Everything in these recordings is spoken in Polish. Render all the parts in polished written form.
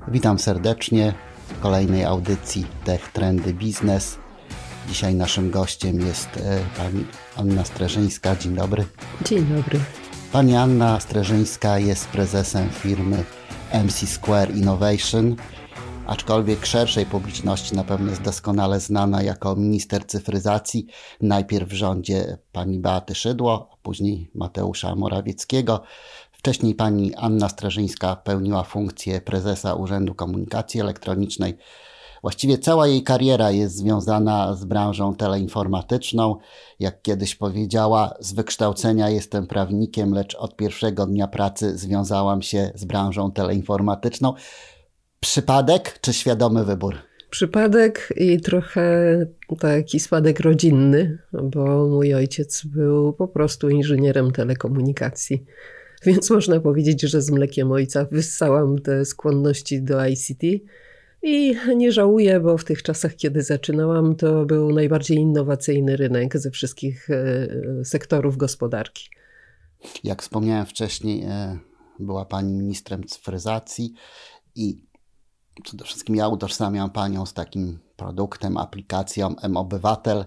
Witam serdecznie w kolejnej audycji Tech Trendy Biznes. Dzisiaj naszym gościem jest pani Anna Streżyńska. Dzień dobry. Dzień dobry. Pani Anna Streżyńska jest prezesem firmy MC Square Innovation, aczkolwiek szerszej publiczności na pewno jest doskonale znana jako minister cyfryzacji, najpierw w rządzie pani Beaty Szydło, a później Mateusza Morawieckiego. Wcześniej pani Anna Streżyńska pełniła funkcję prezesa Urzędu Komunikacji Elektronicznej. Właściwie cała jej kariera jest związana z branżą teleinformatyczną. Jak kiedyś powiedziała, z wykształcenia jestem prawnikiem, lecz od pierwszego dnia pracy związałam się z branżą teleinformatyczną. Przypadek czy świadomy wybór? Przypadek i trochę taki spadek rodzinny, bo mój ojciec był po prostu inżynierem telekomunikacji. Więc można powiedzieć, że z mlekiem ojca wyssałam te skłonności do ICT i nie żałuję, bo w tych czasach, kiedy zaczynałam, to był najbardziej innowacyjny rynek ze wszystkich sektorów gospodarki. Jak wspomniałem wcześniej, była pani ministrem cyfryzacji i przede wszystkim ja utożsamiam panią z takim produktem, aplikacją mObywatel.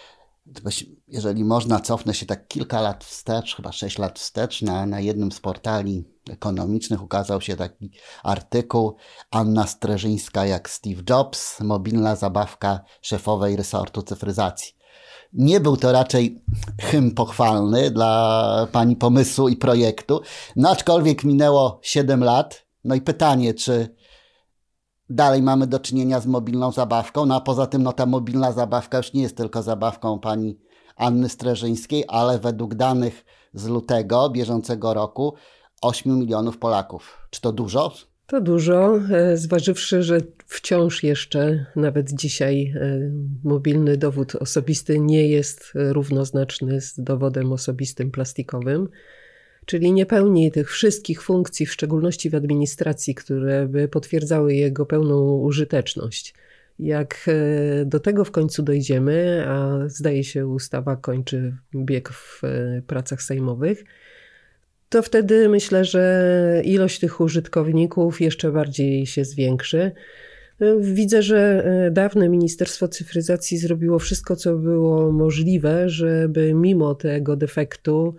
Jeżeli można, cofnę się tak kilka lat wstecz, chyba 6 lat wstecz, na jednym z portali ekonomicznych ukazał się taki artykuł Anna Streżyńska jak Steve Jobs, mobilna zabawka szefowej resortu cyfryzacji. Nie był to raczej hymn pochwalny dla pani pomysłu i projektu, no aczkolwiek minęło 7 lat. No i pytanie, czy dalej mamy do czynienia z mobilną zabawką, no a poza tym ta mobilna zabawka już nie jest tylko zabawką pani Anny Streżyńskiej, ale według danych z lutego bieżącego roku 8 milionów Polaków. Czy to dużo? To dużo, zważywszy, że wciąż jeszcze nawet dzisiaj mobilny dowód osobisty nie jest równoznaczny z dowodem osobistym plastikowym. Czyli nie pełni tych wszystkich funkcji, w szczególności w administracji, które by potwierdzały jego pełną użyteczność. Jak do tego w końcu dojdziemy, a zdaje się ustawa kończy bieg w pracach sejmowych, to wtedy myślę, że ilość tych użytkowników jeszcze bardziej się zwiększy. Widzę, że dawne Ministerstwo Cyfryzacji zrobiło wszystko, co było możliwe, żeby mimo tego defektu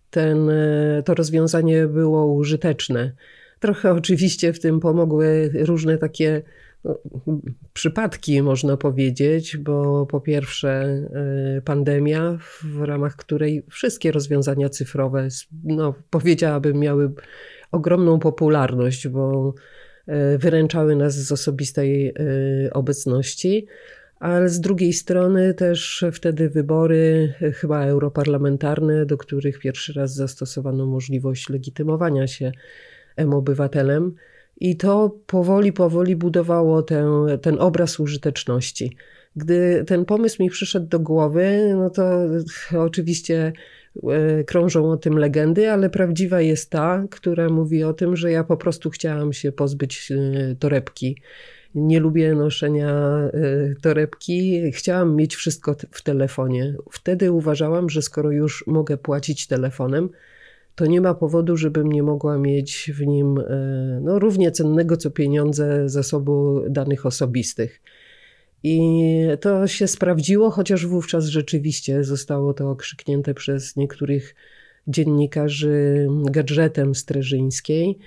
to rozwiązanie było użyteczne. Trochę oczywiście w tym pomogły różne takie przypadki, można powiedzieć, bo po pierwsze pandemia, w ramach której wszystkie rozwiązania cyfrowe, powiedziałabym, miały ogromną popularność, bo wyręczały nas z osobistej obecności. Ale z drugiej strony też wtedy wybory, chyba europarlamentarne, do których pierwszy raz zastosowano możliwość legitymowania się mObywatelem. I to powoli budowało ten obraz użyteczności. Gdy ten pomysł mi przyszedł do głowy, no to oczywiście krążą o tym legendy, ale prawdziwa jest ta, która mówi o tym, że ja po prostu chciałam się pozbyć torebki. Nie lubię noszenia torebki. Chciałam mieć wszystko w telefonie. Wtedy uważałam, że skoro już mogę płacić telefonem, to nie ma powodu, żebym nie mogła mieć w nim równie cennego co pieniądze zasobu danych osobistych. I to się sprawdziło, chociaż wówczas rzeczywiście zostało to okrzyknięte przez niektórych dziennikarzy gadżetem Streżyńskiej.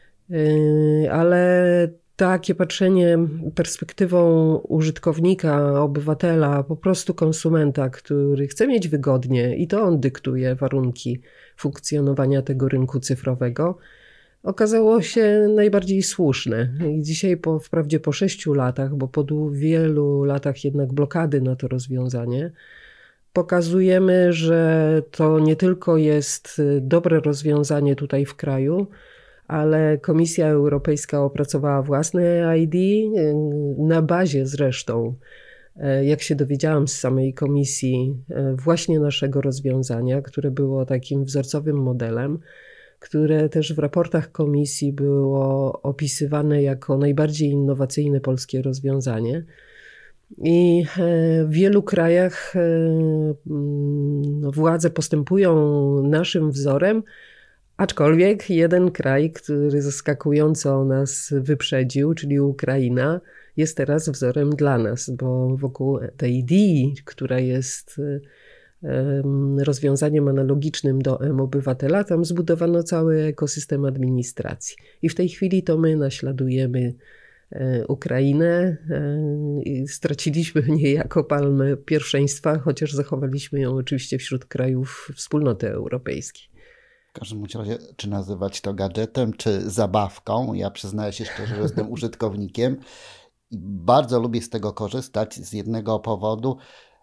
Ale takie patrzenie perspektywą użytkownika, obywatela, po prostu konsumenta, który chce mieć wygodnie i to on dyktuje warunki funkcjonowania tego rynku cyfrowego, okazało się najbardziej słuszne. I dzisiaj wprawdzie po 6 latach, bo po wielu latach jednak blokady na to rozwiązanie, pokazujemy, że to nie tylko jest dobre rozwiązanie tutaj w kraju, ale Komisja Europejska opracowała własne ID na bazie zresztą, jak się dowiedziałam z samej komisji, właśnie naszego rozwiązania, które było takim wzorcowym modelem, które też w raportach komisji było opisywane jako najbardziej innowacyjne polskie rozwiązanie. I w wielu krajach władze postępują naszym wzorem, Aczkolwiek jeden kraj, który zaskakująco nas wyprzedził, czyli Ukraina, jest teraz wzorem dla nas, bo wokół tej DII, która jest rozwiązaniem analogicznym do mObywatela, tam zbudowano cały ekosystem administracji. I w tej chwili to my naśladujemy Ukrainę. Straciliśmy niejako palmę pierwszeństwa, chociaż zachowaliśmy ją oczywiście wśród krajów Wspólnoty Europejskiej. W każdym razie, czy nazywać to gadżetem, czy zabawką? Ja przyznaję się szczerze, że jestem użytkownikiem i bardzo lubię z tego korzystać z jednego powodu.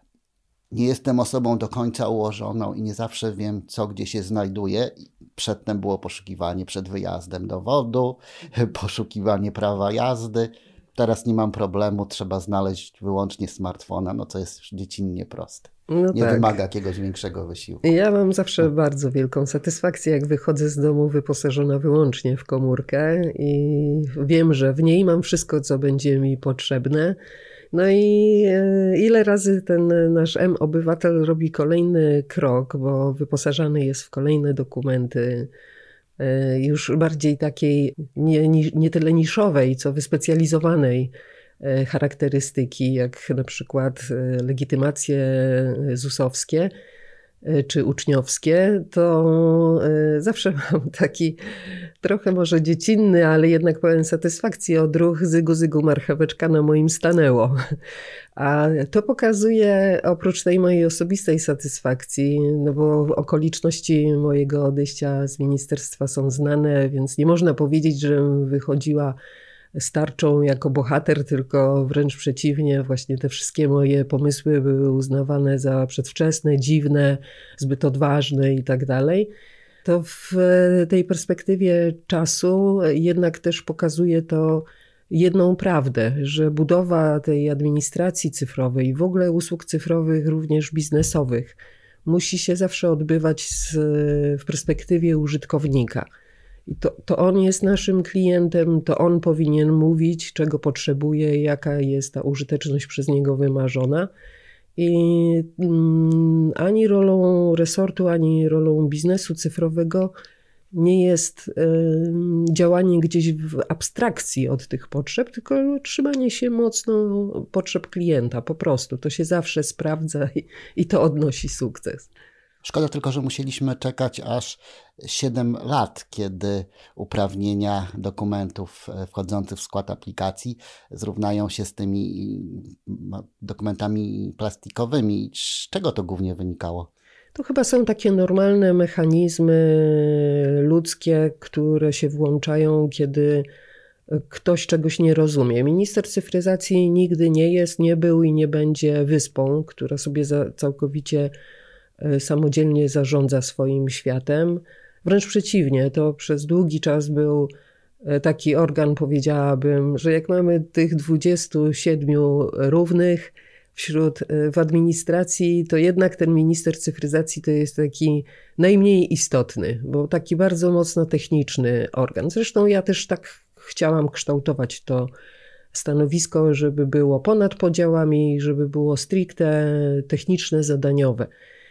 Nie jestem osobą do końca ułożoną i nie zawsze wiem, co gdzie się znajduje. Przedtem było poszukiwanie przed wyjazdem dowodu, poszukiwanie prawa jazdy. Teraz nie mam problemu, trzeba znaleźć wyłącznie smartfona, co jest już dziecinnie proste. Nie wymaga jakiegoś większego wysiłku. Ja mam zawsze bardzo wielką satysfakcję, jak wychodzę z domu wyposażona wyłącznie w komórkę i wiem, że w niej mam wszystko, co będzie mi potrzebne. No i ile razy ten nasz mObywatel robi kolejny krok, bo wyposażany jest w kolejne dokumenty, już bardziej takiej nie tyle niszowej, co wyspecjalizowanej charakterystyki, jak na przykład legitymacje ZUS-owskie czy uczniowskie, to zawsze mam taki trochę może dziecinny, ale jednak pełen satysfakcji odruch zygu marcheweczka na moim stanęło. A to pokazuje oprócz tej mojej osobistej satysfakcji, no bo okoliczności mojego odejścia z ministerstwa są znane, więc nie można powiedzieć, że wychodziła z tarczą jako bohater, tylko wręcz przeciwnie, właśnie te wszystkie moje pomysły były uznawane za przedwczesne, dziwne, zbyt odważne i tak dalej. To w tej perspektywie czasu jednak też pokazuje to jedną prawdę, że budowa tej administracji cyfrowej i w ogóle usług cyfrowych, również biznesowych, musi się zawsze odbywać w perspektywie użytkownika. I to on jest naszym klientem, to on powinien mówić, czego potrzebuje, jaka jest ta użyteczność przez niego wymarzona. I ani rolą resortu, ani rolą biznesu cyfrowego nie jest działanie gdzieś w abstrakcji od tych potrzeb, tylko trzymanie się mocno potrzeb klienta. Po prostu to się zawsze sprawdza i to odnosi sukces. Szkoda tylko, że musieliśmy czekać aż 7 lat, kiedy uprawnienia dokumentów wchodzących w skład aplikacji zrównają się z tymi dokumentami plastikowymi. Z czego to głównie wynikało? To chyba są takie normalne mechanizmy ludzkie, które się włączają, kiedy ktoś czegoś nie rozumie. Minister cyfryzacji nigdy nie jest, nie był i nie będzie wyspą, która sobie całkowicie samodzielnie zarządza swoim światem. Wręcz przeciwnie, to przez długi czas był taki organ, powiedziałabym, że jak mamy tych 27 równych w administracji, to jednak ten minister cyfryzacji to jest taki najmniej istotny, bo taki bardzo mocno techniczny organ. Zresztą ja też tak chciałam kształtować to stanowisko, żeby było ponad podziałami, żeby było stricte techniczne, zadaniowe.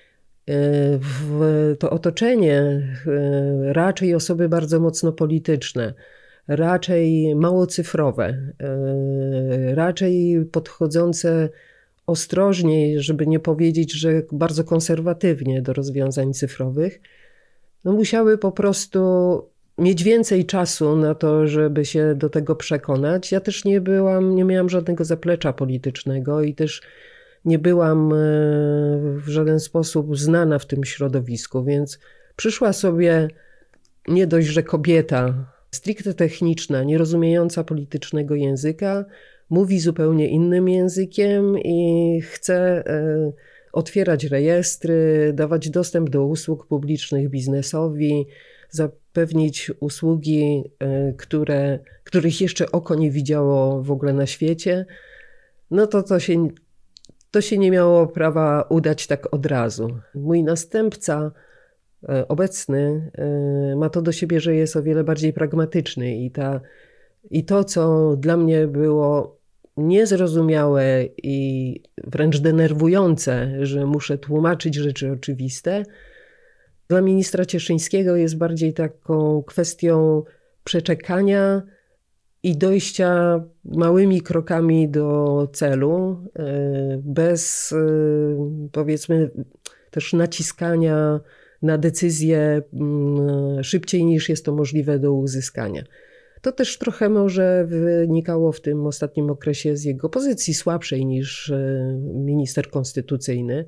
W to otoczenie raczej osoby bardzo mocno polityczne, raczej mało cyfrowe, raczej podchodzące ostrożniej, żeby nie powiedzieć, że bardzo konserwatywnie do rozwiązań cyfrowych, musiały po prostu mieć więcej czasu na to, żeby się do tego przekonać. Ja też nie miałam żadnego zaplecza politycznego i też nie byłam w żaden sposób znana w tym środowisku, więc przyszła sobie nie dość, że kobieta stricte techniczna, nierozumiejąca politycznego języka, mówi zupełnie innym językiem i chce otwierać rejestry, dawać dostęp do usług publicznych biznesowi, zapewnić usługi, których jeszcze oko nie widziało w ogóle na świecie. No to się nie miało prawa udać tak od razu. Mój następca obecny ma to do siebie, że jest o wiele bardziej pragmatyczny i to, co dla mnie było niezrozumiałe i wręcz denerwujące, że muszę tłumaczyć rzeczy oczywiste, dla ministra Cieszyńskiego jest bardziej taką kwestią przeczekania i dojścia małymi krokami do celu, bez, powiedzmy, też naciskania na decyzje szybciej niż jest to możliwe do uzyskania. To też trochę może wynikało w tym ostatnim okresie z jego pozycji słabszej niż minister konstytucyjny.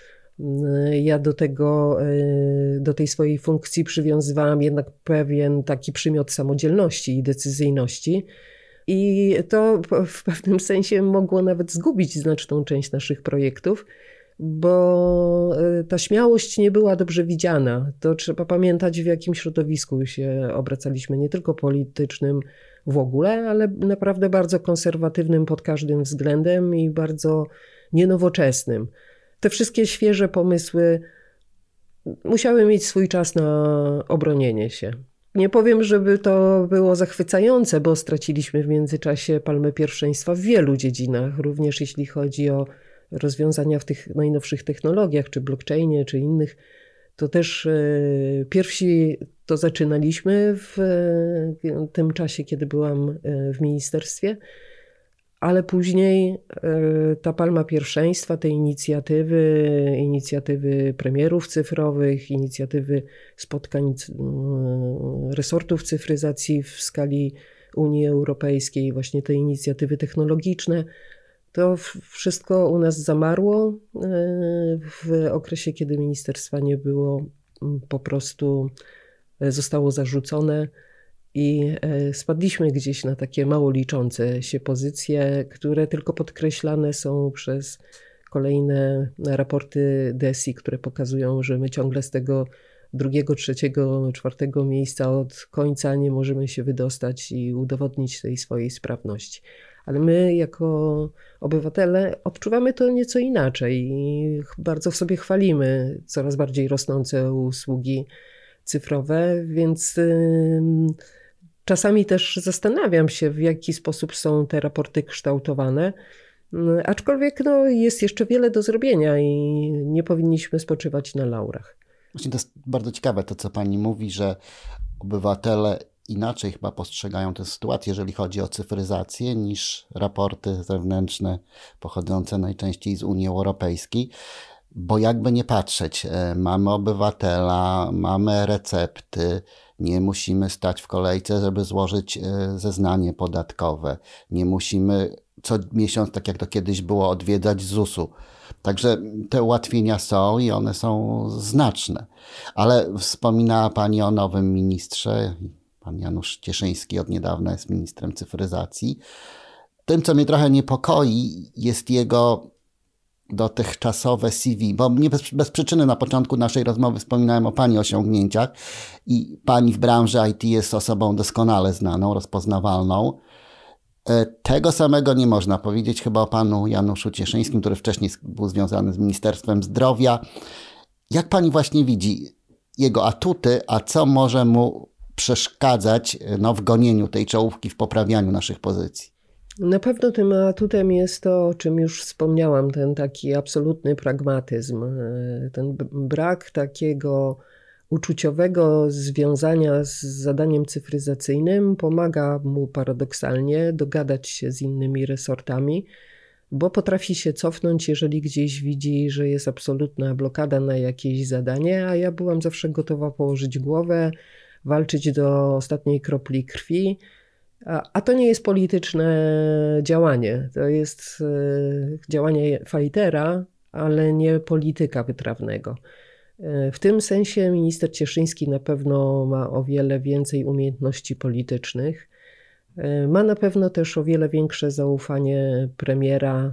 Ja do tej swojej funkcji przywiązywałam jednak pewien taki przymiot samodzielności i decyzyjności. I to w pewnym sensie mogło nawet zgubić znaczną część naszych projektów, bo ta śmiałość nie była dobrze widziana. To trzeba pamiętać, w jakim środowisku się obracaliśmy, nie tylko politycznym w ogóle, ale naprawdę bardzo konserwatywnym pod każdym względem i bardzo nienowoczesnym. Te wszystkie świeże pomysły musiały mieć swój czas na obronienie się. Nie powiem, żeby to było zachwycające, bo straciliśmy w międzyczasie palmę pierwszeństwa w wielu dziedzinach, również jeśli chodzi o rozwiązania w tych najnowszych technologiach, czy blockchainie, czy innych. To też pierwsi to zaczynaliśmy w tym czasie, kiedy byłam w ministerstwie, ale później ta palma pierwszeństwa, te inicjatywy premierów cyfrowych, inicjatywy spotkań resortów cyfryzacji w skali Unii Europejskiej, właśnie te inicjatywy technologiczne, to wszystko u nas zamarło w okresie, kiedy ministerstwa nie było, po prostu zostało zarzucone i spadliśmy gdzieś na takie mało liczące się pozycje, które tylko podkreślane są przez kolejne raporty DESI, które pokazują, że my ciągle z tego 2., 3., 4. miejsca od końca nie możemy się wydostać i udowodnić tej swojej sprawności. Ale my jako obywatele odczuwamy to nieco inaczej i bardzo w sobie chwalimy coraz bardziej rosnące usługi cyfrowe, więc czasami też zastanawiam się, w jaki sposób są te raporty kształtowane, aczkolwiek jest jeszcze wiele do zrobienia i nie powinniśmy spoczywać na laurach. Właśnie to jest bardzo ciekawe to, co pani mówi, że obywatele inaczej chyba postrzegają tę sytuację, jeżeli chodzi o cyfryzację, niż raporty zewnętrzne pochodzące najczęściej z Unii Europejskiej. Bo jakby nie patrzeć, mamy obywatela, mamy recepty, nie musimy stać w kolejce, żeby złożyć zeznanie podatkowe, nie musimy co miesiąc, tak jak to kiedyś było, odwiedzać ZUS-u. Także te ułatwienia są i one są znaczne. Ale wspominała pani o nowym ministrze. Pan Janusz Cieszyński od niedawna jest ministrem cyfryzacji. Tym, co mnie trochę niepokoi, jest jego dotychczasowe CV, bo nie bez przyczyny na początku naszej rozmowy wspominałem o pani osiągnięciach i pani w branży IT jest osobą doskonale znaną, rozpoznawalną. Tego samego nie można powiedzieć chyba o panu Januszu Cieszyńskim, który wcześniej był związany z Ministerstwem Zdrowia. Jak pani właśnie widzi jego atuty, a co może mu przeszkadzać w gonieniu tej czołówki, w poprawianiu naszych pozycji? Na pewno tym atutem jest to, o czym już wspomniałam, ten taki absolutny pragmatyzm, ten brak takiego uczuciowego związania z zadaniem cyfryzacyjnym pomaga mu paradoksalnie dogadać się z innymi resortami, bo potrafi się cofnąć, jeżeli gdzieś widzi, że jest absolutna blokada na jakieś zadanie, a ja byłam zawsze gotowa położyć głowę, walczyć do ostatniej kropli krwi. A to nie jest polityczne działanie, to jest działanie fajtera, ale nie polityka wytrawnego. W tym sensie minister Cieszyński na pewno ma o wiele więcej umiejętności politycznych. Ma na pewno też o wiele większe zaufanie premiera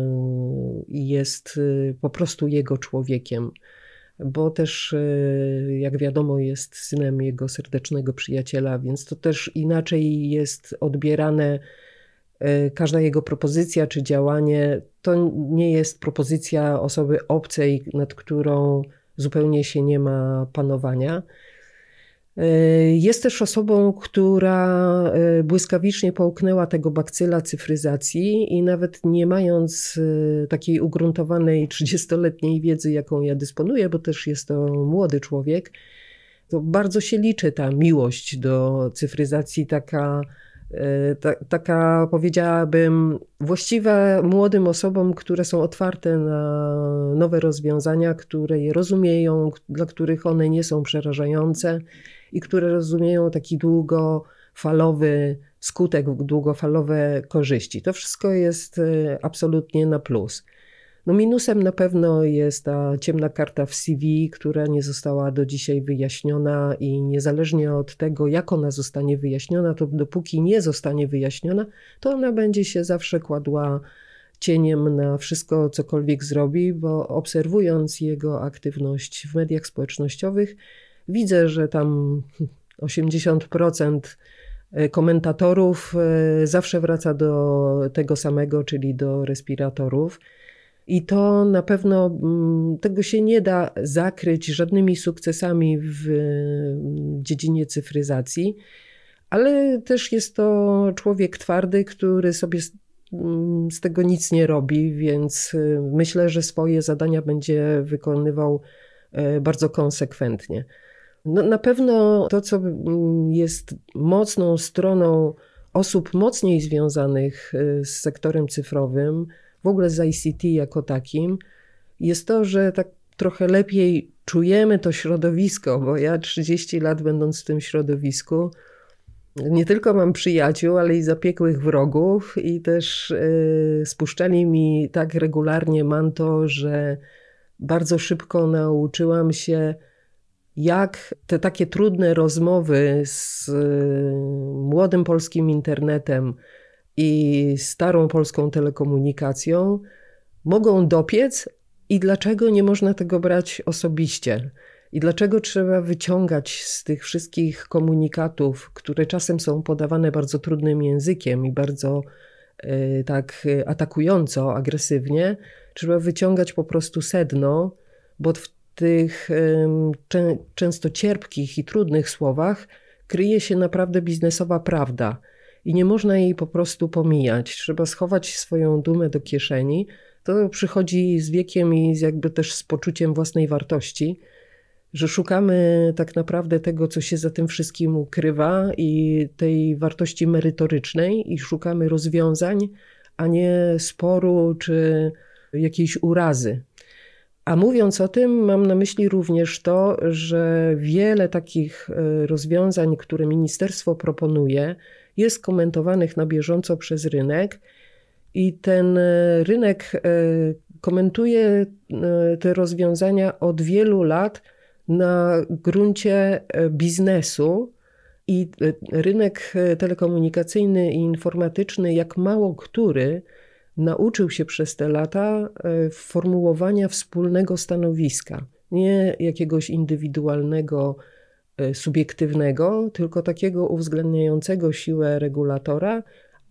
i jest po prostu jego człowiekiem, bo też, jak wiadomo, jest synem jego serdecznego przyjaciela, więc to też inaczej jest odbierane. Każda jego propozycja czy działanie to nie jest propozycja osoby obcej, nad którą zupełnie się nie ma panowania. Jest też osobą, która błyskawicznie połknęła tego bakcyla cyfryzacji i nawet nie mając takiej ugruntowanej 30-letniej wiedzy, jaką ja dysponuję, bo też jest to młody człowiek, to bardzo się liczy ta miłość do cyfryzacji, taka powiedziałabym właściwa młodym osobom, które są otwarte na nowe rozwiązania, które je rozumieją, dla których one nie są przerażające i które rozumieją taki długofalowy skutek, długofalowe korzyści. To wszystko jest absolutnie na plus. No minusem na pewno jest ta ciemna karta w CV, która nie została do dzisiaj wyjaśniona i niezależnie od tego, jak ona zostanie wyjaśniona, to dopóki nie zostanie wyjaśniona, to ona będzie się zawsze kładła cieniem na wszystko, cokolwiek zrobi, bo obserwując jego aktywność w mediach społecznościowych, widzę, że tam 80% komentatorów zawsze wraca do tego samego, czyli do respiratorów. I to na pewno, tego się nie da zakryć żadnymi sukcesami w dziedzinie cyfryzacji, ale też jest to człowiek twardy, który sobie z tego nic nie robi, więc myślę, że swoje zadania będzie wykonywał bardzo konsekwentnie. No, na pewno to, co jest mocną stroną osób mocniej związanych z sektorem cyfrowym, w ogóle z ICT jako takim, jest to, że tak trochę lepiej czujemy to środowisko, bo ja 30 lat będąc w tym środowisku, nie tylko mam przyjaciół, ale i zapiekłych wrogów i też spuszczali mi tak regularnie manto, że bardzo szybko nauczyłam się, jak te takie trudne rozmowy z młodym polskim internetem i starą polską telekomunikacją mogą dopiec i dlaczego nie można tego brać osobiście. I dlaczego trzeba wyciągać z tych wszystkich komunikatów, które czasem są podawane bardzo trudnym językiem i bardzo tak atakująco, agresywnie, trzeba wyciągać po prostu sedno, bo w tych często cierpkich i trudnych słowach kryje się naprawdę biznesowa prawda. I nie można jej po prostu pomijać. Trzeba schować swoją dumę do kieszeni. To przychodzi z wiekiem i jakby też z poczuciem własnej wartości, że szukamy tak naprawdę tego, co się za tym wszystkim ukrywa i tej wartości merytorycznej i szukamy rozwiązań, a nie sporu czy jakiejś urazy. A mówiąc o tym, mam na myśli również to, że wiele takich rozwiązań, które ministerstwo proponuje, jest komentowanych na bieżąco przez rynek i ten rynek komentuje te rozwiązania od wielu lat na gruncie biznesu i rynek telekomunikacyjny i informatyczny, jak mało który, nauczył się przez te lata formułowania wspólnego stanowiska, nie jakiegoś indywidualnego, subiektywnego, tylko takiego uwzględniającego siłę regulatora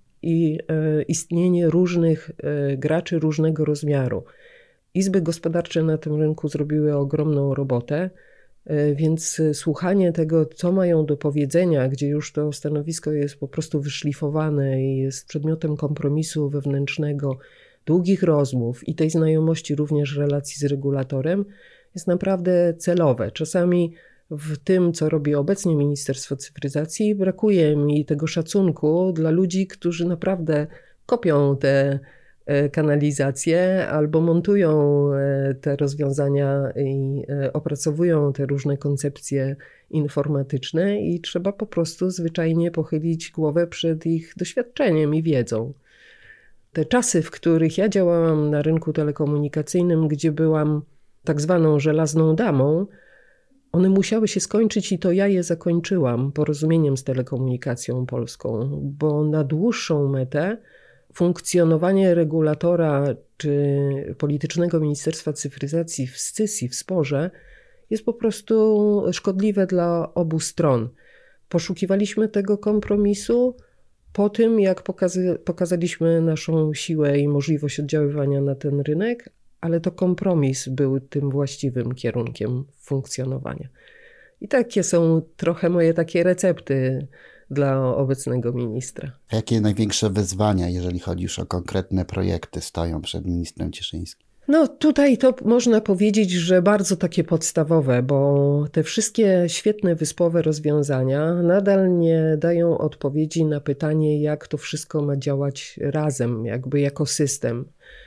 i istnienie różnych graczy różnego rozmiaru. Izby gospodarcze na tym rynku zrobiły ogromną robotę, więc słuchanie tego, co mają do powiedzenia, gdzie już to stanowisko jest po prostu wyszlifowane i jest przedmiotem kompromisu wewnętrznego, długich rozmów i tej znajomości również relacji z regulatorem, jest naprawdę celowe. Czasami w tym, co robi obecnie Ministerstwo Cyfryzacji, brakuje mi tego szacunku dla ludzi, którzy naprawdę kopią te kanalizacje albo montują te rozwiązania i opracowują te różne koncepcje informatyczne i trzeba po prostu zwyczajnie pochylić głowę przed ich doświadczeniem i wiedzą. Te czasy, w których ja działałam na rynku telekomunikacyjnym, gdzie byłam tak zwaną żelazną damą, one musiały się skończyć i to ja je zakończyłam porozumieniem z Telekomunikacją Polską, bo na dłuższą metę funkcjonowanie regulatora czy politycznego Ministerstwa Cyfryzacji w scysji, w sporze jest po prostu szkodliwe dla obu stron. Poszukiwaliśmy tego kompromisu po tym, jak pokazaliśmy naszą siłę i możliwość oddziaływania na ten rynek, ale to kompromis był tym właściwym kierunkiem funkcjonowania. I takie są trochę moje takie recepty dla obecnego ministra. A jakie największe wyzwania, jeżeli chodzi już o konkretne projekty, stoją przed ministrem Cieszyńskim? No tutaj to można powiedzieć, że bardzo takie podstawowe, bo te wszystkie świetne wyspowe rozwiązania nadal nie dają odpowiedzi na pytanie, jak to wszystko ma działać razem, jakby jako system.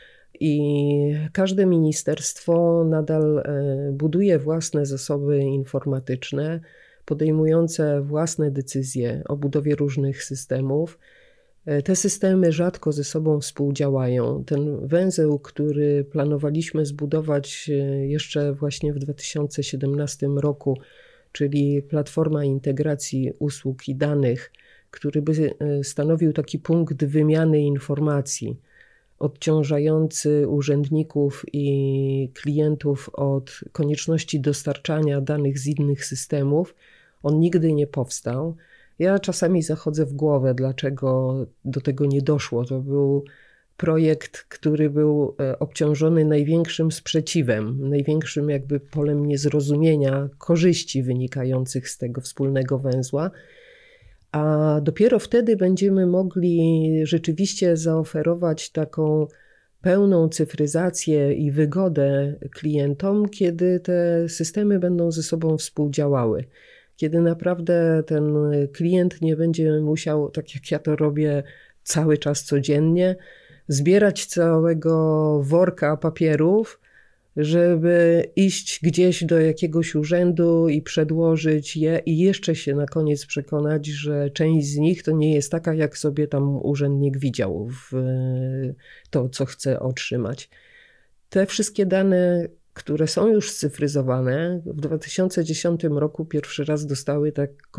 I każde ministerstwo nadal buduje własne zasoby informatyczne, podejmujące własne decyzje o budowie różnych systemów. Te systemy rzadko ze sobą współdziałają. Ten węzeł, który planowaliśmy zbudować jeszcze właśnie w 2017 roku, czyli platforma integracji usług i danych, który by stanowił taki punkt wymiany informacji, odciążający urzędników i klientów od konieczności dostarczania danych z innych systemów, on nigdy nie powstał. Ja czasami zachodzę w głowę, dlaczego do tego nie doszło. To był projekt, który był obciążony największym sprzeciwem, największym jakby polem niezrozumienia korzyści wynikających z tego wspólnego węzła. A dopiero wtedy będziemy mogli rzeczywiście zaoferować taką pełną cyfryzację i wygodę klientom, kiedy te systemy będą ze sobą współdziałały. Kiedy naprawdę ten klient nie będzie musiał, tak jak ja to robię cały czas codziennie, zbierać całego worka papierów, żeby iść gdzieś do jakiegoś urzędu i przedłożyć je i jeszcze się na koniec przekonać, że część z nich to nie jest taka, jak sobie tam urzędnik widział w to, co chce otrzymać. Te wszystkie dane, które są już scyfryzowane, w 2010 roku pierwszy raz dostały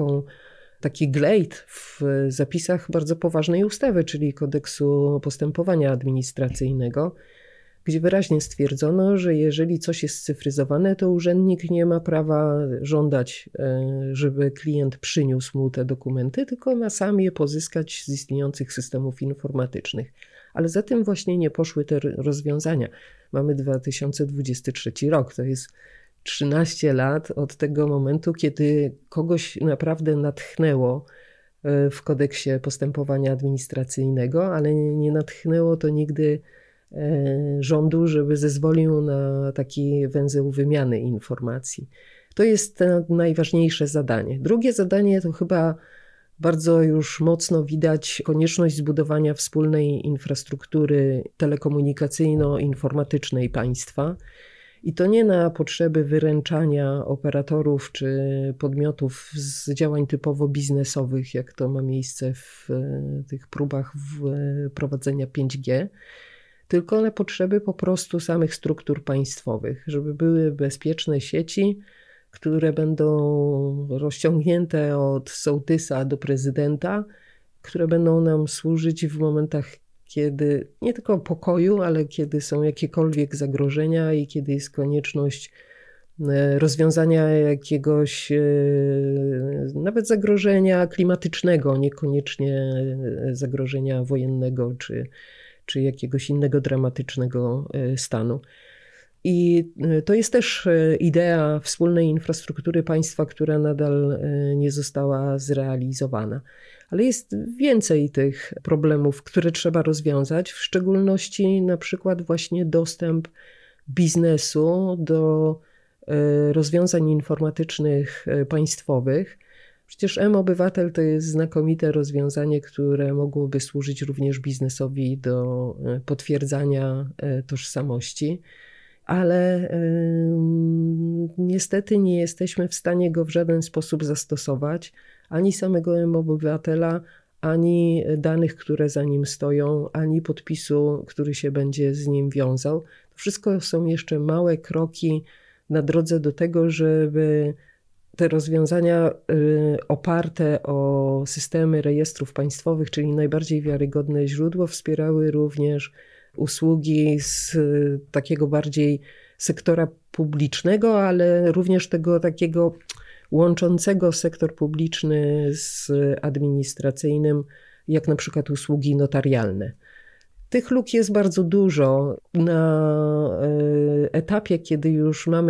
taki glejt w zapisach bardzo poważnej ustawy, czyli Kodeksu Postępowania Administracyjnego, gdzie wyraźnie stwierdzono, że jeżeli coś jest scyfryzowane, to urzędnik nie ma prawa żądać, żeby klient przyniósł mu te dokumenty, tylko ma sam je pozyskać z istniejących systemów informatycznych. Ale za tym właśnie nie poszły te rozwiązania. Mamy 2023 rok, to jest 13 lat od tego momentu, kiedy kogoś naprawdę natchnęło w Kodeksie Postępowania Administracyjnego, ale nie natchnęło to nigdy rządu, żeby zezwolił na taki węzeł wymiany informacji. To jest najważniejsze zadanie. Drugie zadanie to chyba bardzo już mocno widać konieczność zbudowania wspólnej infrastruktury telekomunikacyjno-informatycznej państwa. I to nie na potrzeby wyręczania operatorów czy podmiotów z działań typowo biznesowych, jak to ma miejsce w tych próbach wprowadzenia 5G, tylko na potrzeby po prostu samych struktur państwowych, żeby były bezpieczne sieci, które będą rozciągnięte od sołtysa do prezydenta, które będą nam służyć w momentach, kiedy nie tylko pokoju, ale kiedy są jakiekolwiek zagrożenia i kiedy jest konieczność rozwiązania jakiegoś nawet zagrożenia klimatycznego, niekoniecznie zagrożenia wojennego czy jakiegoś innego dramatycznego stanu. I to jest też idea wspólnej infrastruktury państwa, która nadal nie została zrealizowana. Ale jest więcej tych problemów, które trzeba rozwiązać, w szczególności na przykład właśnie dostęp biznesu do rozwiązań informatycznych państwowych. Przecież mObywatel to jest znakomite rozwiązanie, które mogłoby służyć również biznesowi do potwierdzania tożsamości, ale niestety nie jesteśmy w stanie go w żaden sposób zastosować, ani samego mObywatela, ani danych, które za nim stoją, ani podpisu, który się będzie z nim wiązał. To wszystko są jeszcze małe kroki na drodze do tego, żeby te rozwiązania oparte o systemy rejestrów państwowych, czyli najbardziej wiarygodne źródło, wspierały również usługi z takiego bardziej sektora publicznego, ale również tego takiego łączącego sektor publiczny z administracyjnym, jak na przykład usługi notarialne. Tych luk jest bardzo dużo. Na etapie, kiedy już mamy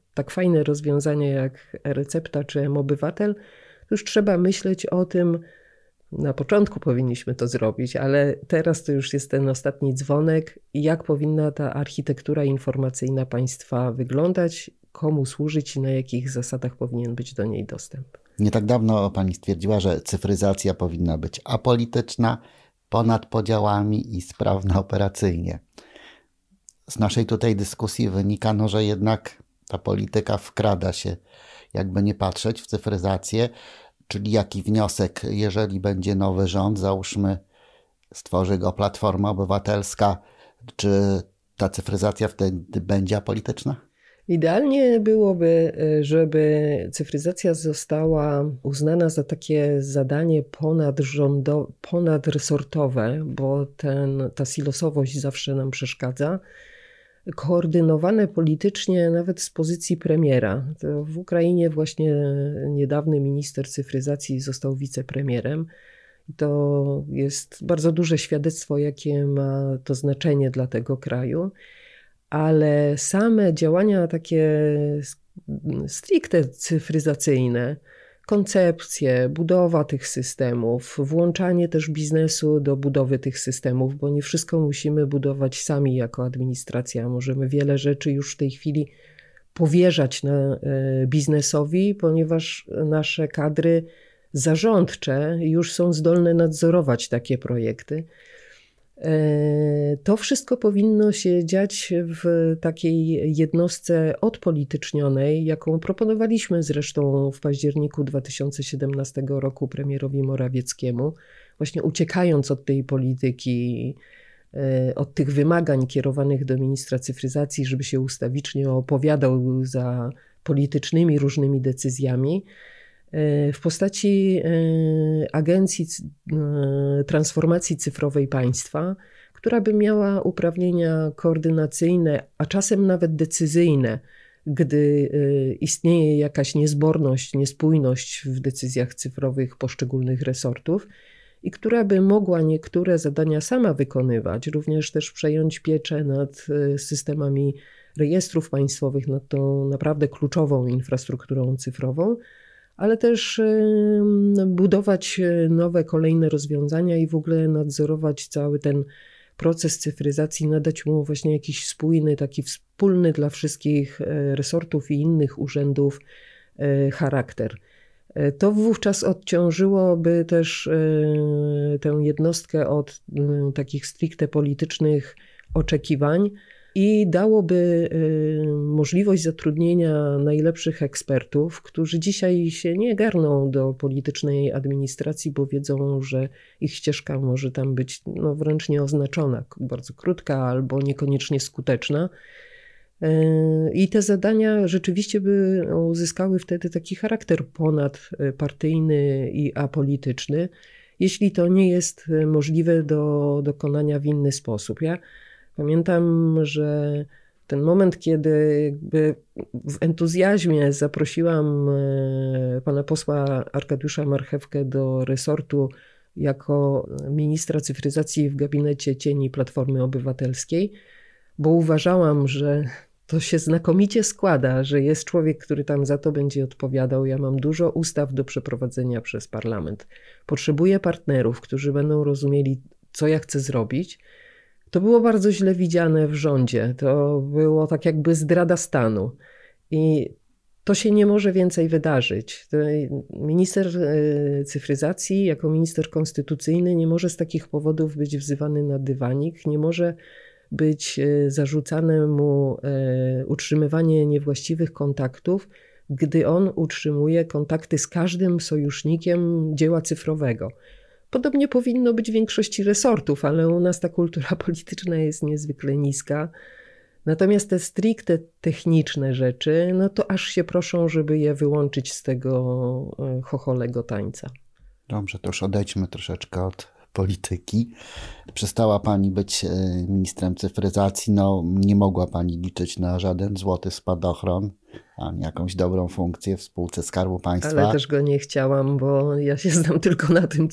tak fajne rozwiązania jak e-recepta czy mObywatel, to już trzeba myśleć o tym, na początku powinniśmy to zrobić, ale teraz to już jest ten ostatni dzwonek, jak powinna ta architektura informacyjna państwa wyglądać, komu służyć i na jakich zasadach powinien być do niej dostęp. Nie tak dawno pani stwierdziła, że cyfryzacja powinna być apolityczna, ponad podziałami i sprawna operacyjnie. Z naszej tutaj dyskusji wynika, że jednak ta polityka wkrada się, jakby nie patrzeć, w cyfryzację, czyli jaki wniosek, jeżeli będzie nowy rząd, załóżmy, stworzy go Platforma Obywatelska, czy ta cyfryzacja wtedy będzie apolityczna? Idealnie byłoby, żeby cyfryzacja została uznana za takie zadanie ponadresortowe, bo ta silosowość zawsze nam przeszkadza, koordynowane politycznie nawet z pozycji premiera. To w Ukrainie właśnie niedawny minister cyfryzacji został wicepremierem. To jest bardzo duże świadectwo, jakie ma to znaczenie dla tego kraju. Ale same działania takie stricte cyfryzacyjne, koncepcje, budowa tych systemów, włączanie też biznesu do budowy tych systemów, bo nie wszystko musimy budować sami jako administracja. Możemy wiele rzeczy już w tej chwili powierzać biznesowi, ponieważ nasze kadry zarządcze już są zdolne nadzorować takie projekty. To wszystko powinno się dziać w takiej jednostce odpolitycznionej, jaką proponowaliśmy zresztą w październiku 2017 roku premierowi Morawieckiemu, właśnie uciekając od tej polityki, od tych wymagań kierowanych do ministra cyfryzacji, żeby się ustawicznie opowiadał za politycznymi różnymi decyzjami, w postaci Agencji Transformacji Cyfrowej Państwa, która by miała uprawnienia koordynacyjne, a czasem nawet decyzyjne, gdy istnieje jakaś niezborność, niespójność w decyzjach cyfrowych poszczególnych resortów i która by mogła niektóre zadania sama wykonywać, również też przejąć pieczę nad systemami rejestrów państwowych, nad tą naprawdę kluczową infrastrukturą cyfrową, ale też budować nowe, kolejne rozwiązania i w ogóle nadzorować cały ten proces cyfryzacji, nadać mu właśnie jakiś spójny, taki wspólny dla wszystkich resortów i innych urzędów charakter. To wówczas odciążyłoby też tę jednostkę od takich stricte politycznych oczekiwań i dałoby możliwość zatrudnienia najlepszych ekspertów, którzy dzisiaj się nie garną do politycznej administracji, bo wiedzą, że ich ścieżka może tam być wręcz nieoznaczona, bardzo krótka albo niekoniecznie skuteczna. I te zadania rzeczywiście by uzyskały wtedy taki charakter ponadpartyjny i apolityczny, jeśli to nie jest możliwe do dokonania w inny sposób. Ja pamiętam, że ten moment, kiedy jakby w entuzjazmie zaprosiłam pana posła Arkadiusza Marchewkę do resortu jako ministra cyfryzacji w gabinecie cieni Platformy Obywatelskiej, bo uważałam, że to się znakomicie składa, że jest człowiek, który tam za to będzie odpowiadał. Ja mam dużo ustaw do przeprowadzenia przez parlament. Potrzebuję partnerów, którzy będą rozumieli, co ja chcę zrobić. To było bardzo źle widziane w rządzie. To było tak jakby zdrada stanu. I to się nie może więcej wydarzyć. Minister cyfryzacji jako minister konstytucyjny nie może z takich powodów być wzywany na dywanik, nie może być zarzucane mu utrzymywanie niewłaściwych kontaktów, gdy on utrzymuje kontakty z każdym sojusznikiem dzieła cyfrowego. Podobnie powinno być w większości resortów, ale u nas ta kultura polityczna jest niezwykle niska. Natomiast te stricte techniczne rzeczy, to aż się proszą, żeby je wyłączyć z tego chocholego tańca. Dobrze, to już odejdźmy troszeczkę od polityki. Przestała pani być ministrem cyfryzacji, nie mogła pani liczyć na żaden złoty spadochron, ani jakąś dobrą funkcję w spółce Skarbu Państwa. Ale też go nie chciałam, bo ja się znam tylko na tym,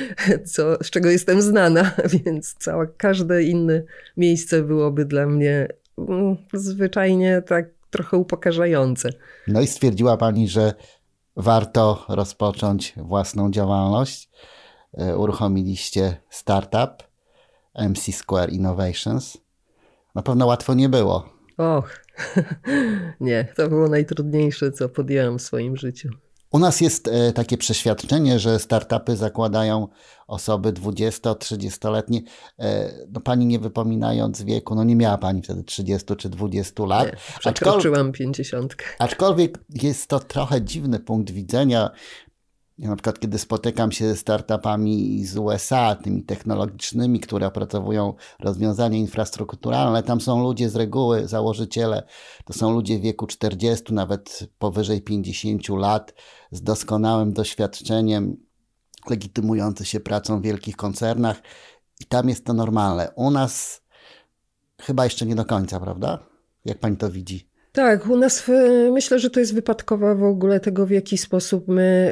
z czego jestem znana, więc każde inne miejsce byłoby dla mnie zwyczajnie trochę upokarzające. No i stwierdziła pani, że warto rozpocząć własną działalność. Uruchomiliście startup MC Square Innovations. Na pewno łatwo nie było. Och, nie, to było najtrudniejsze, co podjęłam w swoim życiu. U nas jest takie przeświadczenie, że startupy zakładają osoby 20-30-letnie. No pani nie wypominając wieku, no nie miała pani wtedy 30 czy 20 lat. Nie, przekroczyłam 50. Aczkolwiek jest to trochę dziwny punkt widzenia. Ja na przykład kiedy spotykam się ze startupami z USA, tymi technologicznymi, które opracowują rozwiązania infrastrukturalne, tam są ludzie z reguły, założyciele, to są ludzie w wieku 40, nawet powyżej 50 lat, z doskonałym doświadczeniem, legitymujący się pracą w wielkich koncernach i tam jest to normalne. U nas chyba jeszcze nie do końca, prawda? Jak pani to widzi? Tak, u nas myślę, że to jest wypadkowa w ogóle tego, w jaki sposób my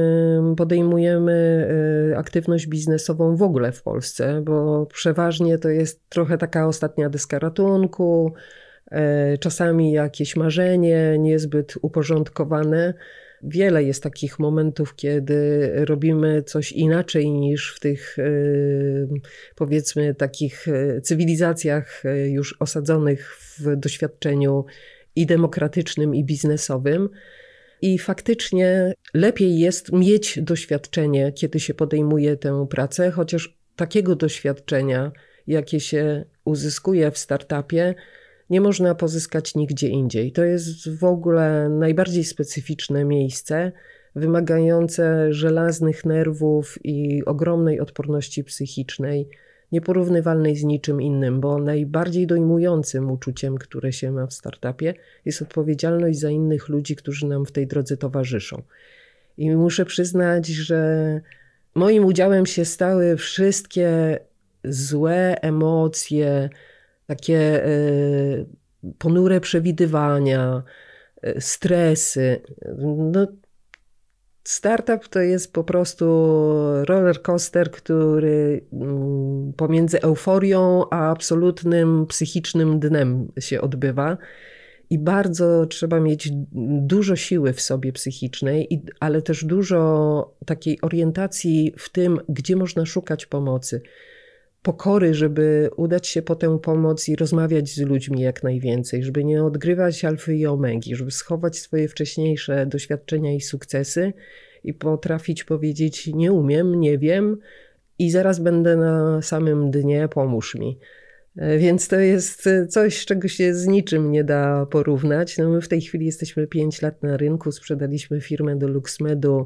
podejmujemy aktywność biznesową w ogóle w Polsce, bo przeważnie to jest trochę taka ostatnia deska ratunku, czasami jakieś marzenie niezbyt uporządkowane. Wiele jest takich momentów, kiedy robimy coś inaczej niż w tych, powiedzmy, takich cywilizacjach już osadzonych w doświadczeniu i demokratycznym, i biznesowym. I faktycznie lepiej jest mieć doświadczenie, kiedy się podejmuje tę pracę, chociaż takiego doświadczenia, jakie się uzyskuje w startupie, nie można pozyskać nigdzie indziej. To jest w ogóle najbardziej specyficzne miejsce, wymagające żelaznych nerwów i ogromnej odporności psychicznej, nieporównywalnej z niczym innym, bo najbardziej dojmującym uczuciem, które się ma w startupie, jest odpowiedzialność za innych ludzi, którzy nam w tej drodze towarzyszą. I muszę przyznać, że moim udziałem się stały wszystkie złe emocje, takie ponure przewidywania, stresy. No, startup to jest po prostu roller coaster, który pomiędzy euforią a absolutnym psychicznym dnem się odbywa. I bardzo trzeba mieć dużo siły w sobie psychicznej, ale też dużo takiej orientacji w tym, gdzie można szukać pomocy. Pokory, żeby udać się po tę pomoc i rozmawiać z ludźmi jak najwięcej, żeby nie odgrywać alfy i omegi, żeby schować swoje wcześniejsze doświadczenia i sukcesy i potrafić powiedzieć: nie umiem, nie wiem i zaraz będę na samym dnie, pomóż mi. Więc to jest coś, czego się z niczym nie da porównać. No my w tej chwili jesteśmy 5 lat na rynku, sprzedaliśmy firmę do LuxMedu,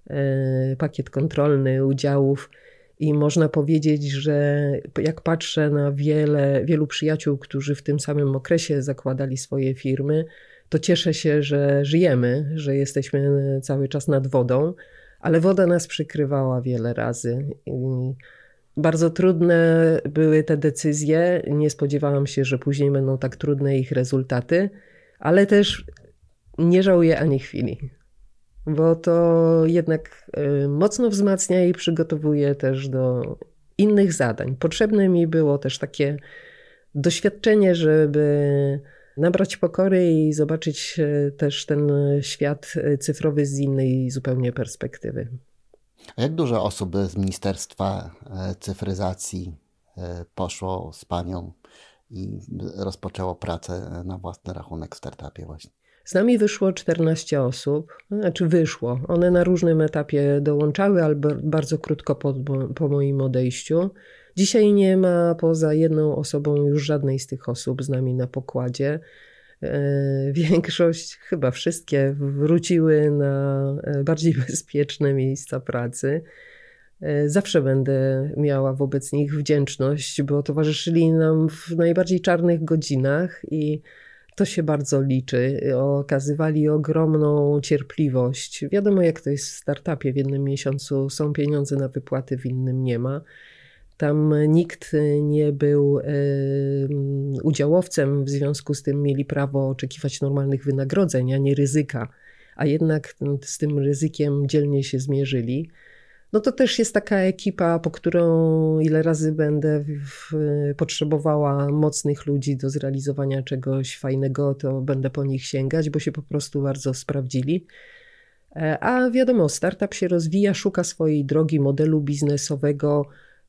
pakiet kontrolny udziałów. I można powiedzieć, że jak patrzę na wielu przyjaciół, którzy w tym samym okresie zakładali swoje firmy, to cieszę się, że żyjemy, że jesteśmy cały czas nad wodą, ale woda nas przykrywała wiele razy. I bardzo trudne były te decyzje. Nie spodziewałam się, że później będą tak trudne ich rezultaty, ale też nie żałuję ani chwili. Bo to jednak mocno wzmacnia i przygotowuje też do innych zadań. Potrzebne mi było też takie doświadczenie, żeby nabrać pokory i zobaczyć też ten świat cyfrowy z innej zupełnie perspektywy. A jak dużo osób z Ministerstwa Cyfryzacji poszło z panią i rozpoczęło pracę na własny rachunek w startupie właśnie? Z nami wyszło 14 osób, znaczy wyszło. One na różnym etapie dołączały, albo bardzo krótko po moim odejściu. Dzisiaj nie ma poza jedną osobą już żadnej z tych osób z nami na pokładzie. Większość, chyba wszystkie, wróciły na bardziej bezpieczne miejsca pracy. Zawsze będę miała wobec nich wdzięczność, bo towarzyszyli nam w najbardziej czarnych godzinach i to się bardzo liczy. Okazywali ogromną cierpliwość. Wiadomo, jak to jest w startupie. W jednym miesiącu są pieniądze na wypłaty, w innym nie ma. Tam nikt nie był udziałowcem, w związku z tym mieli prawo oczekiwać normalnych wynagrodzeń, a nie ryzyka. A jednak z tym ryzykiem dzielnie się zmierzyli. No to też jest taka ekipa, po którą ile razy będę potrzebowała mocnych ludzi do zrealizowania czegoś fajnego, to będę po nich sięgać, bo się po prostu bardzo sprawdzili. A wiadomo, startup się rozwija, szuka swojej drogi, modelu biznesowego.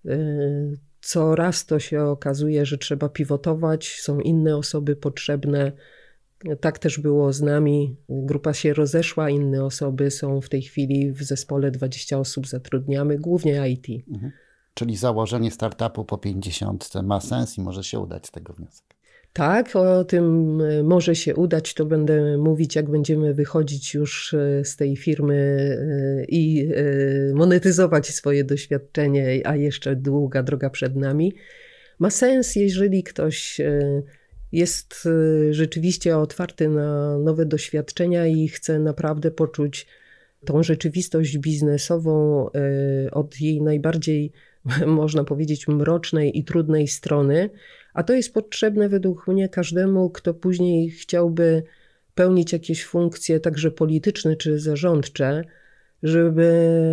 Coraz to się okazuje, że trzeba pivotować, są inne osoby potrzebne. Tak też było z nami. Grupa się rozeszła, inne osoby są w tej chwili w zespole, 20 osób zatrudniamy, głównie IT. Mhm. Czyli założenie startupu po 50 ma sens i może się udać z tego wniosek. Tak, o tym może się udać, to będę mówić, jak będziemy wychodzić już z tej firmy i monetyzować swoje doświadczenie, a jeszcze długa droga przed nami. Ma sens, jeżeli ktoś jest rzeczywiście otwarty na nowe doświadczenia i chce naprawdę poczuć tą rzeczywistość biznesową od jej najbardziej, można powiedzieć, mrocznej i trudnej strony, a to jest potrzebne według mnie każdemu, kto później chciałby pełnić jakieś funkcje także polityczne czy zarządcze, żeby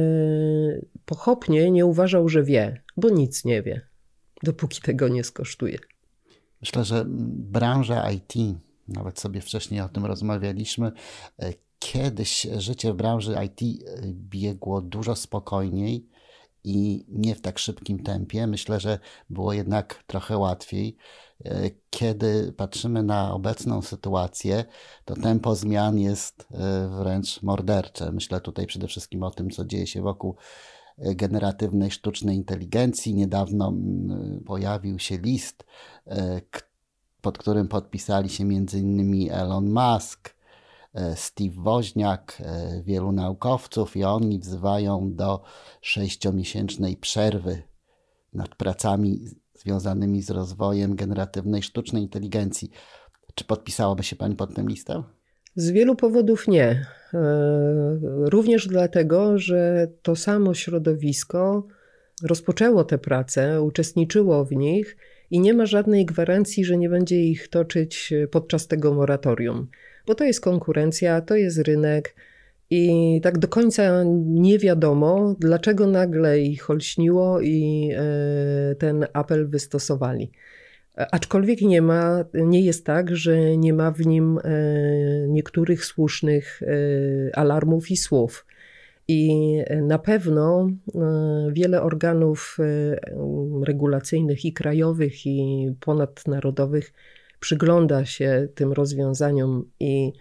pochopnie nie uważał, że wie, bo nic nie wie, dopóki tego nie skosztuje. Myślę, że branża IT, nawet sobie wcześniej o tym rozmawialiśmy, kiedyś życie w branży IT biegło dużo spokojniej i nie w tak szybkim tempie. Myślę, że było jednak trochę łatwiej. Kiedy patrzymy na obecną sytuację, to tempo zmian jest wręcz mordercze. Myślę tutaj przede wszystkim o tym, co dzieje się wokół generatywnej sztucznej inteligencji. Niedawno pojawił się list, pod którym podpisali się m.in. Elon Musk, Steve Woźniak, wielu naukowców i oni wzywają do 6-miesięcznej przerwy nad pracami związanymi z rozwojem generatywnej sztucznej inteligencji. Czy podpisałaby się Pani pod tym listem? Z wielu powodów nie. Również dlatego, że to samo środowisko rozpoczęło te prace, uczestniczyło w nich i nie ma żadnej gwarancji, że nie będzie ich toczyć podczas tego moratorium. Bo to jest konkurencja, to jest rynek i tak do końca nie wiadomo, dlaczego nagle ich olśniło i ten apel wystosowali. Aczkolwiek nie jest tak, że nie ma w nim niektórych słusznych alarmów i słów. I na pewno wiele organów regulacyjnych i krajowych, i ponadnarodowych przygląda się tym rozwiązaniom i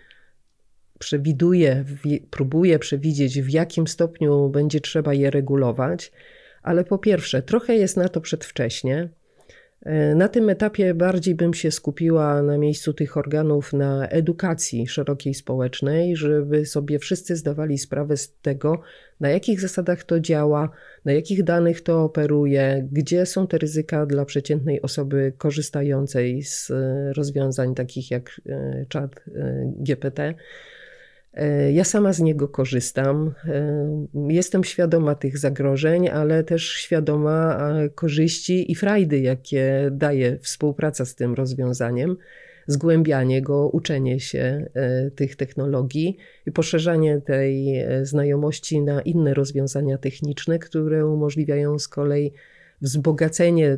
próbuje przewidzieć, w jakim stopniu będzie trzeba je regulować. Ale po pierwsze, trochę jest na to przedwcześnie. Na tym etapie bardziej bym się skupiła na miejscu tych organów na edukacji szerokiej społecznej, żeby sobie wszyscy zdawali sprawę z tego, na jakich zasadach to działa, na jakich danych to operuje, gdzie są te ryzyka dla przeciętnej osoby korzystającej z rozwiązań takich jak czat GPT. Ja sama z niego korzystam. Jestem świadoma tych zagrożeń, ale też świadoma korzyści i frajdy, jakie daje współpraca z tym rozwiązaniem, zgłębianie go, uczenie się tych technologii i poszerzanie tej znajomości na inne rozwiązania techniczne, które umożliwiają z kolei wzbogacenie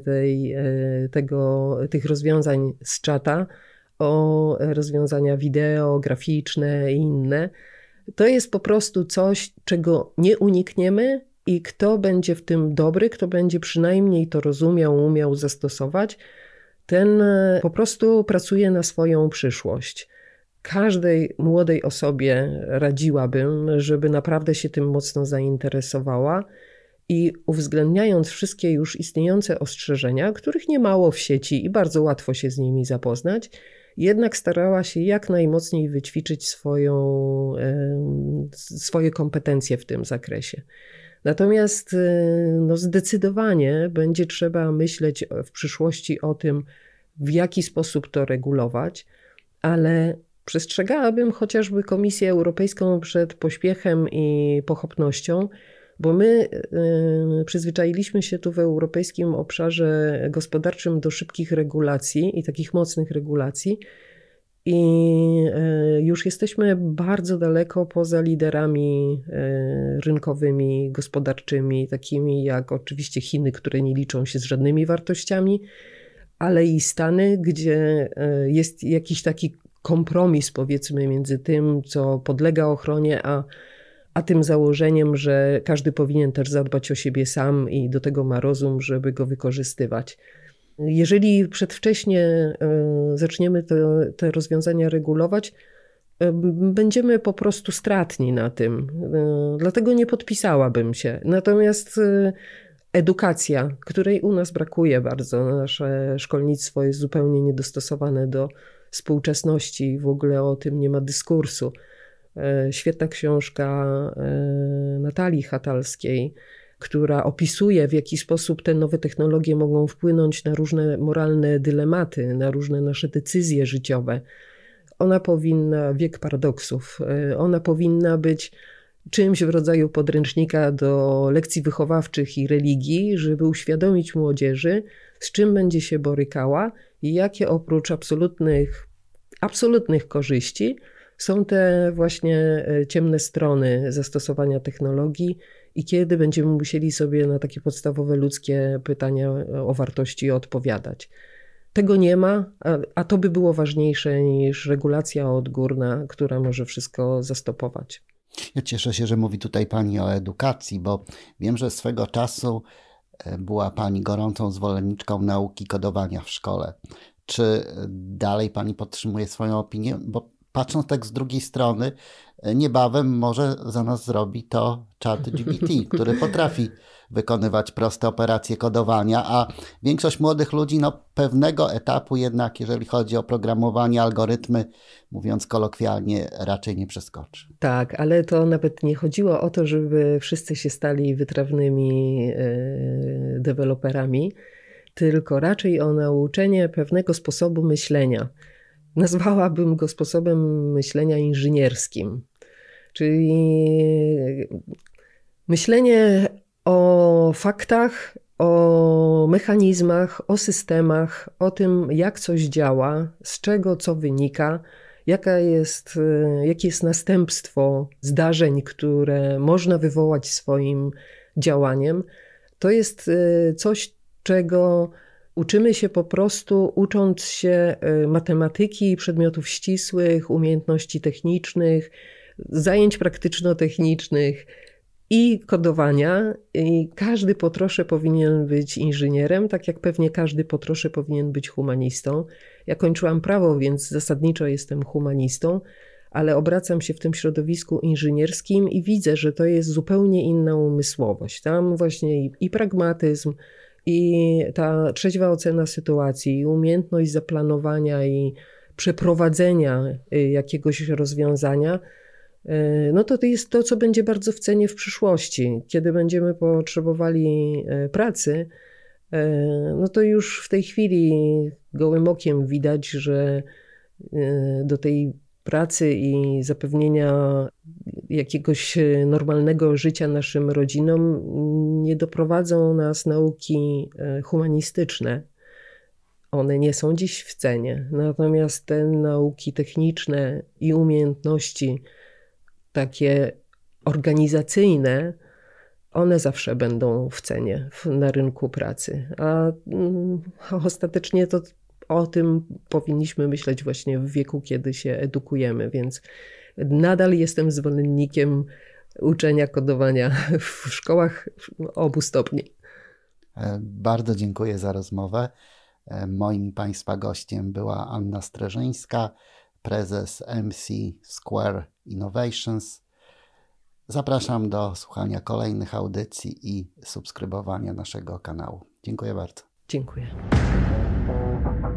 tych rozwiązań z czata o rozwiązania wideo, graficzne i inne. To jest po prostu coś, czego nie unikniemy i kto będzie w tym dobry, kto będzie przynajmniej to rozumiał, umiał zastosować, ten po prostu pracuje na swoją przyszłość. Każdej młodej osobie radziłabym, żeby naprawdę się tym mocno zainteresowała i uwzględniając wszystkie już istniejące ostrzeżenia, których nie mało w sieci i bardzo łatwo się z nimi zapoznać, jednak starała się jak najmocniej wyćwiczyć swoje kompetencje w tym zakresie. Natomiast zdecydowanie będzie trzeba myśleć w przyszłości o tym, w jaki sposób to regulować, ale przestrzegałabym chociażby Komisję Europejską przed pośpiechem i pochopnością, bo my przyzwyczailiśmy się tu w europejskim obszarze gospodarczym do szybkich regulacji i takich mocnych regulacji I już jesteśmy bardzo daleko poza liderami rynkowymi, gospodarczymi, takimi jak oczywiście Chiny, które nie liczą się z żadnymi wartościami, ale i Stany, gdzie jest jakiś taki kompromis, powiedzmy, między tym, co podlega ochronie, a tym założeniem, że każdy powinien też zadbać o siebie sam i do tego ma rozum, żeby go wykorzystywać. Jeżeli przedwcześnie zaczniemy te rozwiązania regulować, będziemy po prostu stratni na tym. Dlatego nie podpisałabym się. Natomiast edukacja, której u nas brakuje bardzo, nasze szkolnictwo jest zupełnie niedostosowane do współczesności, w ogóle o tym nie ma dyskursu. Świetna książka Natalii Hatalskiej, która opisuje, w jaki sposób te nowe technologie mogą wpłynąć na różne moralne dylematy, na różne nasze decyzje życiowe. Ona powinna, wiek paradoksów, ona powinna być czymś w rodzaju podręcznika do lekcji wychowawczych i religii, żeby uświadomić młodzieży, z czym będzie się borykała i jakie oprócz absolutnych korzyści są te właśnie ciemne strony zastosowania technologii i kiedy będziemy musieli sobie na takie podstawowe ludzkie pytania o wartości odpowiadać. Tego nie ma, a to by było ważniejsze niż regulacja odgórna, która może wszystko zastopować. Ja cieszę się, że mówi tutaj Pani o edukacji, bo wiem, że swego czasu była Pani gorącą zwolenniczką nauki kodowania w szkole. Czy dalej Pani podtrzymuje swoją opinię? Bo patrząc tak z drugiej strony, niebawem może za nas zrobi to ChatGPT, który potrafi wykonywać proste operacje kodowania, a większość młodych ludzi pewnego etapu jednak, jeżeli chodzi o programowanie, algorytmy, mówiąc kolokwialnie, raczej nie przeskoczy. Tak, ale to nawet nie chodziło o to, żeby wszyscy się stali wytrawnymi deweloperami, tylko raczej o nauczenie pewnego sposobu myślenia. Nazwałabym go sposobem myślenia inżynierskim, czyli myślenie o faktach, o mechanizmach, o systemach, o tym, jak coś działa, z czego co wynika, jakie jest następstwo zdarzeń, które można wywołać swoim działaniem. To jest coś, czego uczymy się po prostu, ucząc się matematyki, przedmiotów ścisłych, umiejętności technicznych, zajęć praktyczno-technicznych i kodowania. I każdy po trosze powinien być inżynierem, tak jak pewnie każdy po trosze powinien być humanistą. Ja kończyłam prawo, więc zasadniczo jestem humanistą, ale obracam się w tym środowisku inżynierskim i widzę, że to jest zupełnie inna umysłowość. Tam właśnie i pragmatyzm, i ta trzeźwa ocena sytuacji, i umiejętność zaplanowania i przeprowadzenia jakiegoś rozwiązania, no to jest to, co będzie bardzo w cenie w przyszłości. Kiedy będziemy potrzebowali pracy, no to już w tej chwili gołym okiem widać, że do tej pracy i zapewnienia jakiegoś normalnego życia naszym rodzinom nie doprowadzą nas nauki humanistyczne. One nie są dziś w cenie. Natomiast te nauki techniczne i umiejętności takie organizacyjne, one zawsze będą w cenie na rynku pracy. A ostatecznie to o tym powinniśmy myśleć właśnie w wieku, kiedy się edukujemy, więc nadal jestem zwolennikiem uczenia kodowania w szkołach obu stopni. Bardzo dziękuję za rozmowę. Moim i Państwa gościem była Anna Streżyńska, prezes MC Square Innovations. Zapraszam do słuchania kolejnych audycji i subskrybowania naszego kanału. Dziękuję bardzo. Dziękuję.